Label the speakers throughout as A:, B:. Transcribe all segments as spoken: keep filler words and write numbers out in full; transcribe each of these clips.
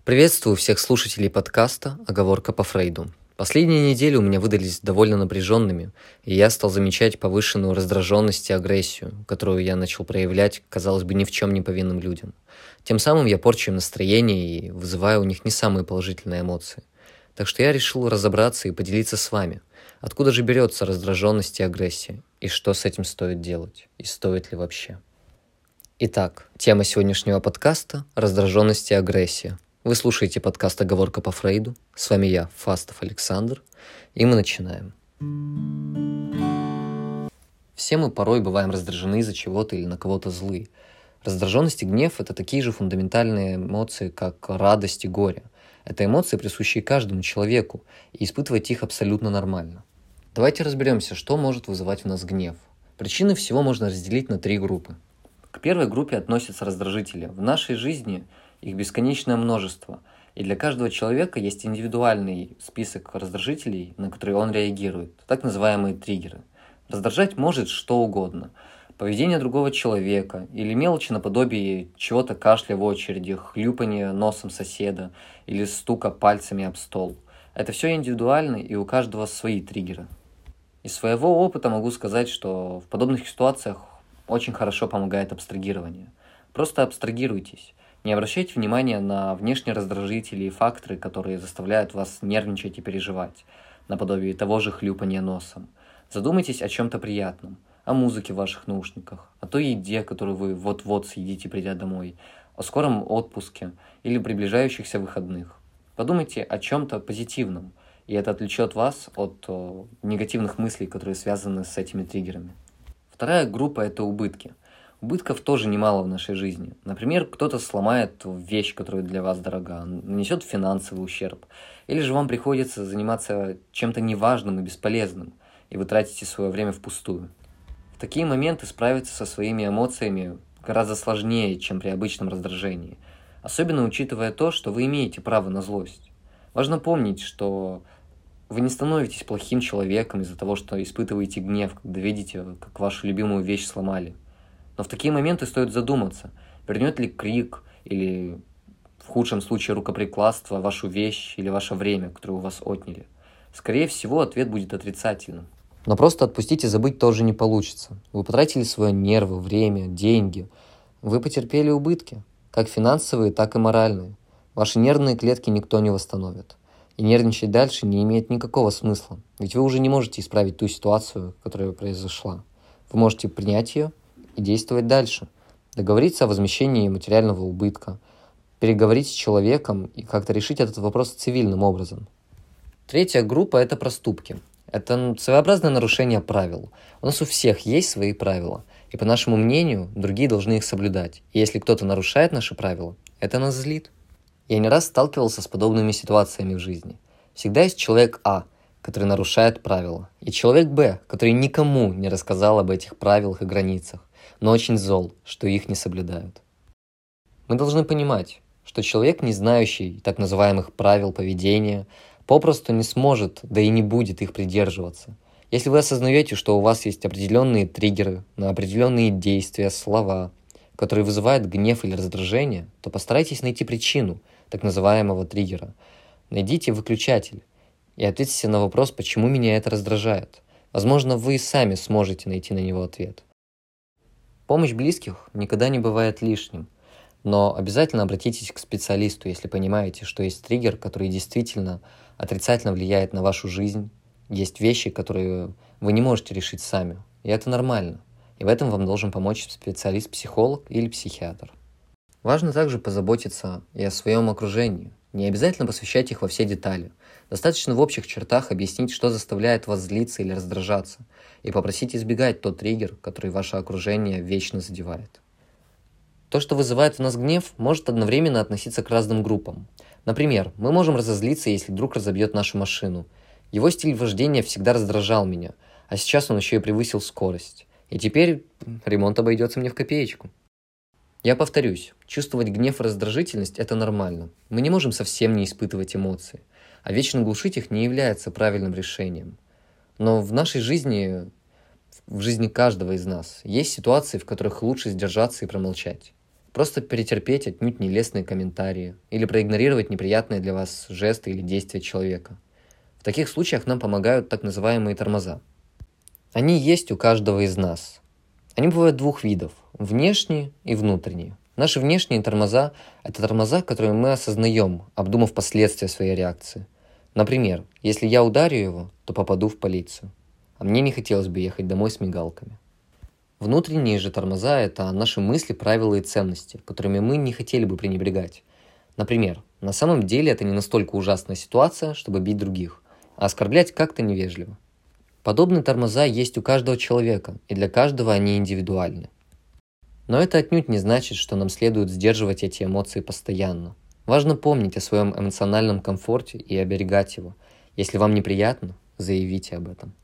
A: Приветствую всех слушателей подкаста «Оговорка по Фрейду». Последние недели у меня выдались довольно напряженными, и я стал замечать повышенную раздраженность и агрессию, которую я начал проявлять, казалось бы, ни в чем не повинным людям. Тем самым я порчу им настроение и вызываю у них не самые положительные эмоции. Так что я решил разобраться и поделиться с вами, откуда же берется раздраженность и агрессия, и что с этим стоит делать, и стоит ли вообще. Итак, тема сегодняшнего подкаста – раздраженность и агрессия. Вы слушаете подкаст «Оговорка по Фрейду». С вами я, Фастов Александр, и мы начинаем. Все мы порой бываем раздражены из-за чего-то или на кого-то злы. Раздраженность и гнев – это такие же фундаментальные эмоции, как радость и горе. Это эмоции, присущие каждому человеку, и испытывать их абсолютно нормально. Давайте разберемся, что может вызывать в нас гнев. Причины всего можно разделить на три группы. К первой группе относятся раздражители. В нашей жизни их бесконечное множество, и для каждого человека есть индивидуальный список раздражителей, на которые он реагирует, так называемые триггеры. Раздражать может что угодно. Поведение другого человека или мелочи наподобие чего-то кашля в очереди, хлюпания носом соседа или стука пальцами об стол. Это все индивидуально, и у каждого свои триггеры. Из своего опыта могу сказать, что в подобных ситуациях очень хорошо помогает абстрагирование. Просто абстрагируйтесь. Не обращайте внимания на внешние раздражители и факторы, которые заставляют вас нервничать и переживать, наподобие того же хлюпания носом. Задумайтесь о чем-то приятном, о музыке в ваших наушниках, о той еде, которую вы вот-вот съедите, придя домой, о скором отпуске или приближающихся выходных. Подумайте о чем-то позитивном, и это отвлечет вас от о, негативных мыслей, которые связаны с этими триггерами. Вторая группа – это убытки. Убытков тоже немало в нашей жизни. Например, кто-то сломает вещь, которая для вас дорога, нанесет финансовый ущерб. Или же вам приходится заниматься чем-то неважным и бесполезным, и вы тратите свое время впустую. В такие моменты справиться со своими эмоциями гораздо сложнее, чем при обычном раздражении. Особенно учитывая то, что вы имеете право на злость. Важно помнить, что вы не становитесь плохим человеком из-за того, что испытываете гнев, когда видите, как вашу любимую вещь сломали. Но в такие моменты стоит задуматься, вернет ли крик или, в худшем случае, рукоприкладство вашу вещь или ваше время, которое у вас отняли. Скорее всего, ответ будет отрицательным. Но просто отпустить и забыть тоже не получится. Вы потратили свои нервы, время, деньги. Вы потерпели убытки, как финансовые, так и моральные. Ваши нервные клетки никто не восстановит. И нервничать дальше не имеет никакого смысла, ведь вы уже не можете исправить ту ситуацию, которая произошла. Вы можете принять ее и действовать дальше. Договориться о возмещении материального убытка, переговорить с человеком и как-то решить этот вопрос цивильным образом. Третья группа – это проступки. Это своеобразное нарушение правил. У нас у всех есть свои правила, и по нашему мнению, другие должны их соблюдать. И если кто-то нарушает наши правила, это нас злит. Я не раз сталкивался с подобными ситуациями в жизни. Всегда есть человек А, который нарушает правила, и человек Б, который никому не рассказал об этих правилах и границах, но очень зол, что их не соблюдают. Мы должны понимать, что человек, не знающий так называемых правил поведения, попросту не сможет, да и не будет их придерживаться. Если вы осознаете, что у вас есть определенные триггеры на определенные действия, слова, которые вызывают гнев или раздражение, то постарайтесь найти причину так называемого триггера. Найдите выключатель и ответьте на вопрос, почему меня это раздражает. Возможно, вы сами сможете найти на него ответ. Помощь близких никогда не бывает лишним, но обязательно обратитесь к специалисту, если понимаете, что есть триггер, который действительно отрицательно влияет на вашу жизнь. Есть вещи, которые вы не можете решить сами, и это нормально. И в этом вам должен помочь специалист-психолог или психиатр. Важно также позаботиться и о своем окружении. Не обязательно посвящать их во все детали. Достаточно в общих чертах объяснить, что заставляет вас злиться или раздражаться, и попросить избегать тот триггер, который ваше окружение вечно задевает. То, что вызывает в нас гнев, может одновременно относиться к разным группам. Например, мы можем разозлиться, если друг разобьет нашу машину. Его стиль вождения всегда раздражал меня, а сейчас он еще и превысил скорость. И теперь ремонт обойдется мне в копеечку. Я повторюсь, чувствовать гнев и раздражительность – это нормально. Мы не можем совсем не испытывать эмоции, а вечно глушить их не является правильным решением. Но в нашей жизни, в жизни каждого из нас, есть ситуации, в которых лучше сдержаться и промолчать. Просто перетерпеть отнюдь нелестные комментарии или проигнорировать неприятные для вас жесты или действия человека. В таких случаях нам помогают так называемые тормоза. Они есть у каждого из нас. Они бывают двух видов – внешние и внутренние. Наши внешние тормоза – это тормоза, которые мы осознаем, обдумав последствия своей реакции. Например, если я ударю его, то попаду в полицию. А мне не хотелось бы ехать домой с мигалками. Внутренние же тормоза – это наши мысли, правила и ценности, которыми мы не хотели бы пренебрегать. Например, на самом деле это не настолько ужасная ситуация, чтобы бить других, а оскорблять как-то невежливо. Подобные тормоза есть у каждого человека, и для каждого они индивидуальны. Но это отнюдь не значит, что нам следует сдерживать эти эмоции постоянно. Важно помнить о своем эмоциональном комфорте и оберегать его. Если вам неприятно, заявите об этом.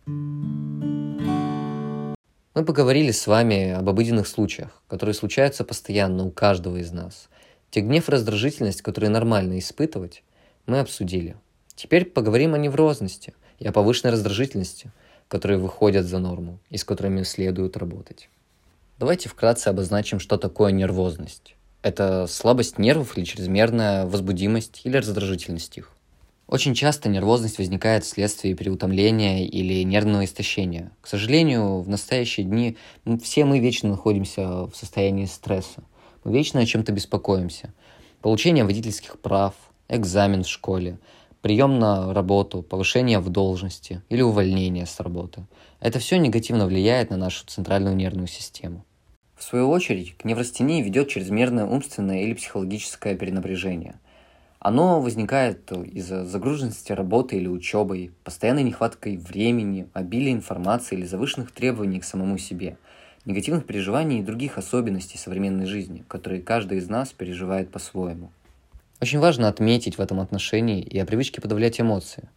A: Мы поговорили с вами об обыденных случаях, которые случаются постоянно у каждого из нас. Те гнев и раздражительность, которые нормально испытывать, мы обсудили. Теперь поговорим о неврозности и о повышенной раздражительности, которые выходят за норму и с которыми следует работать. Давайте вкратце обозначим, что такое нервозность. Это слабость нервов или чрезмерная возбудимость или раздражительность их. Очень часто нервозность возникает вследствие переутомления или нервного истощения. К сожалению, в настоящие дни все мы вечно находимся в состоянии стресса. Мы вечно о чем-то беспокоимся. Получение водительских прав, экзамен в школе, прием на работу, повышение в должности или увольнение с работы. Это все негативно влияет на нашу центральную нервную систему. В свою очередь, к неврастении ведет чрезмерное умственное или психологическое перенапряжение. Оно возникает из-за загруженности работы или учебой, постоянной нехваткой времени, обилия информации или завышенных требований к самому себе, негативных переживаний и других особенностей современной жизни, которые каждый из нас переживает по-своему. Очень важно отметить в этом отношении и о привычке подавлять эмоции.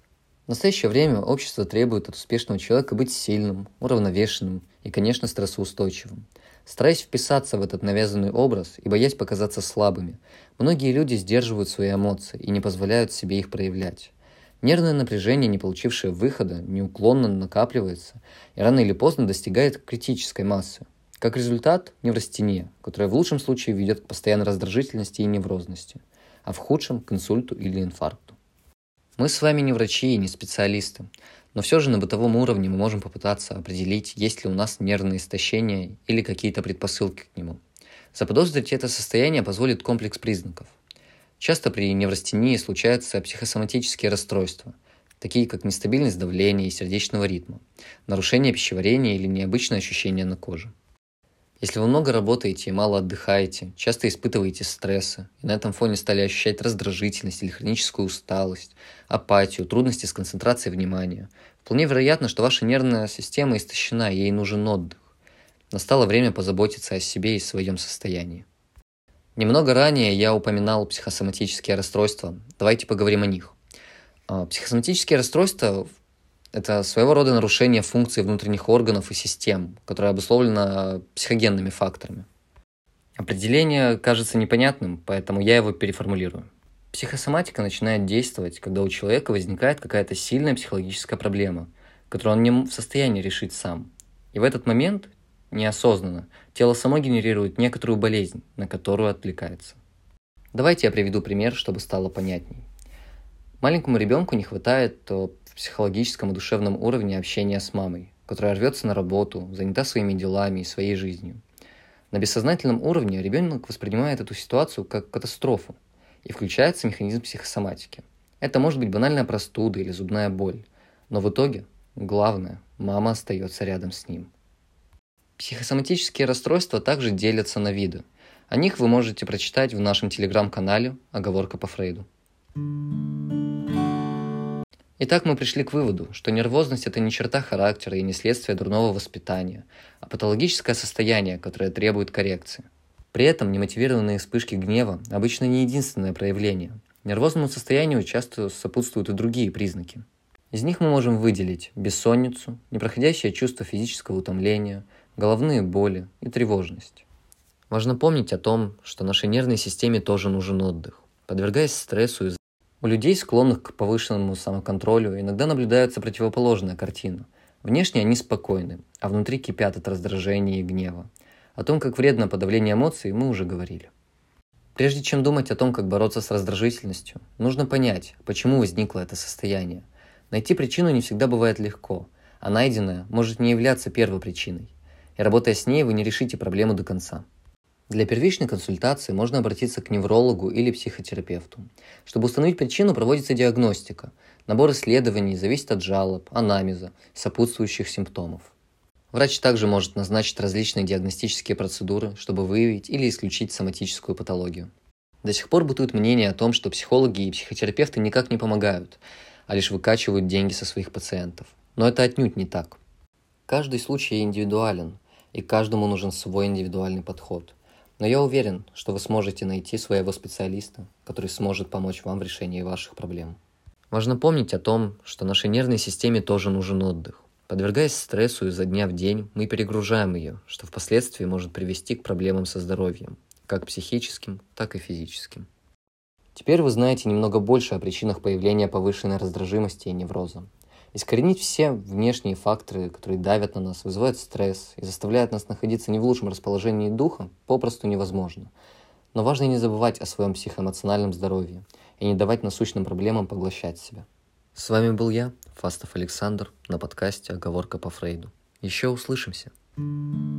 A: В настоящее время общество требует от успешного человека быть сильным, уравновешенным и, конечно, стрессоустойчивым. Стараясь вписаться в этот навязанный образ и боясь показаться слабыми, многие люди сдерживают свои эмоции и не позволяют себе их проявлять. Нервное напряжение, не получившее выхода, неуклонно накапливается и рано или поздно достигает критической массы. Как результат – неврастения, которая в лучшем случае ведет к постоянной раздражительности и неврозности, а в худшем – к инсульту или инфаркту. Мы с вами не врачи и не специалисты, но все же на бытовом уровне мы можем попытаться определить, есть ли у нас нервное истощение или какие-то предпосылки к нему. Заподозрить это состояние позволит комплекс признаков. Часто при неврастении случаются психосоматические расстройства, такие как нестабильность давления и сердечного ритма, нарушение пищеварения или необычное ощущение на коже. Если вы много работаете и мало отдыхаете, часто испытываете стрессы, и на этом фоне стали ощущать раздражительность или хроническую усталость, апатию, трудности с концентрацией внимания, вполне вероятно, что ваша нервная система истощена, и ей нужен отдых. Настало время позаботиться о себе и своем состоянии. Немного ранее я упоминал психосоматические расстройства. Давайте поговорим о них. Психосоматические расстройства – это своего рода нарушение функций внутренних органов и систем, которое обусловлено психогенными факторами. Определение кажется непонятным, поэтому я его переформулирую. Психосоматика начинает действовать, когда у человека возникает какая-то сильная психологическая проблема, которую он не в состоянии решить сам. И в этот момент, неосознанно, тело само генерирует некоторую болезнь, на которую отвлекается. Давайте я приведу пример, чтобы стало понятней. Маленькому ребенку не хватает в психологическом и душевном уровне общения с мамой, которая рвется на работу, занята своими делами и своей жизнью. На бессознательном уровне ребенок воспринимает эту ситуацию как катастрофу, и включается механизм психосоматики. Это может быть банальная простуда или зубная боль, но в итоге, главное, мама остается рядом с ним. Психосоматические расстройства также делятся на виды. О них вы можете прочитать в нашем телеграм-канале «Оговорка по Фрейду». Итак, мы пришли к выводу, что нервозность – это не черта характера и не следствие дурного воспитания, а патологическое состояние, которое требует коррекции. При этом немотивированные вспышки гнева обычно не единственное проявление. Нервозному состоянию часто сопутствуют и другие признаки. Из них мы можем выделить бессонницу, непроходящее чувство физического утомления, головные боли и тревожность. Важно помнить о том, что нашей нервной системе тоже нужен отдых. Подвергаясь стрессу и у людей, склонных к повышенному самоконтролю, иногда наблюдается противоположная картина. Внешне они спокойны, а внутри кипят от раздражения и гнева. О том, как вредно подавление эмоций, мы уже говорили. Прежде чем думать о том, как бороться с раздражительностью, нужно понять, почему возникло это состояние. Найти причину не всегда бывает легко, а найденное может не являться первопричиной. И работая с ней, вы не решите проблему до конца. Для первичной консультации можно обратиться к неврологу или психотерапевту. Чтобы установить причину, проводится диагностика. Набор исследований зависит от жалоб, анамнеза, сопутствующих симптомов. Врач также может назначить различные диагностические процедуры, чтобы выявить или исключить соматическую патологию. До сих пор бытует мнение о том, что психологи и психотерапевты никак не помогают, а лишь выкачивают деньги со своих пациентов. Но это отнюдь не так. Каждый случай индивидуален, и каждому нужен свой индивидуальный подход. Но я уверен, что вы сможете найти своего специалиста, который сможет помочь вам в решении ваших проблем. Важно помнить о том, что нашей нервной системе тоже нужен отдых. Подвергаясь стрессу изо дня в день, мы перегружаем ее, что впоследствии может привести к проблемам со здоровьем, как психическим, так и физическим. Теперь вы знаете немного больше о причинах появления повышенной раздражимости и невроза. Искоренить все внешние факторы, которые давят на нас, вызывают стресс и заставляют нас находиться не в лучшем расположении духа, попросту невозможно. Но важно не забывать о своем психоэмоциональном здоровье и не давать насущным проблемам поглощать себя. С вами был я, Фастов Александр, на подкасте «Оговорка по Фрейду». Еще услышимся!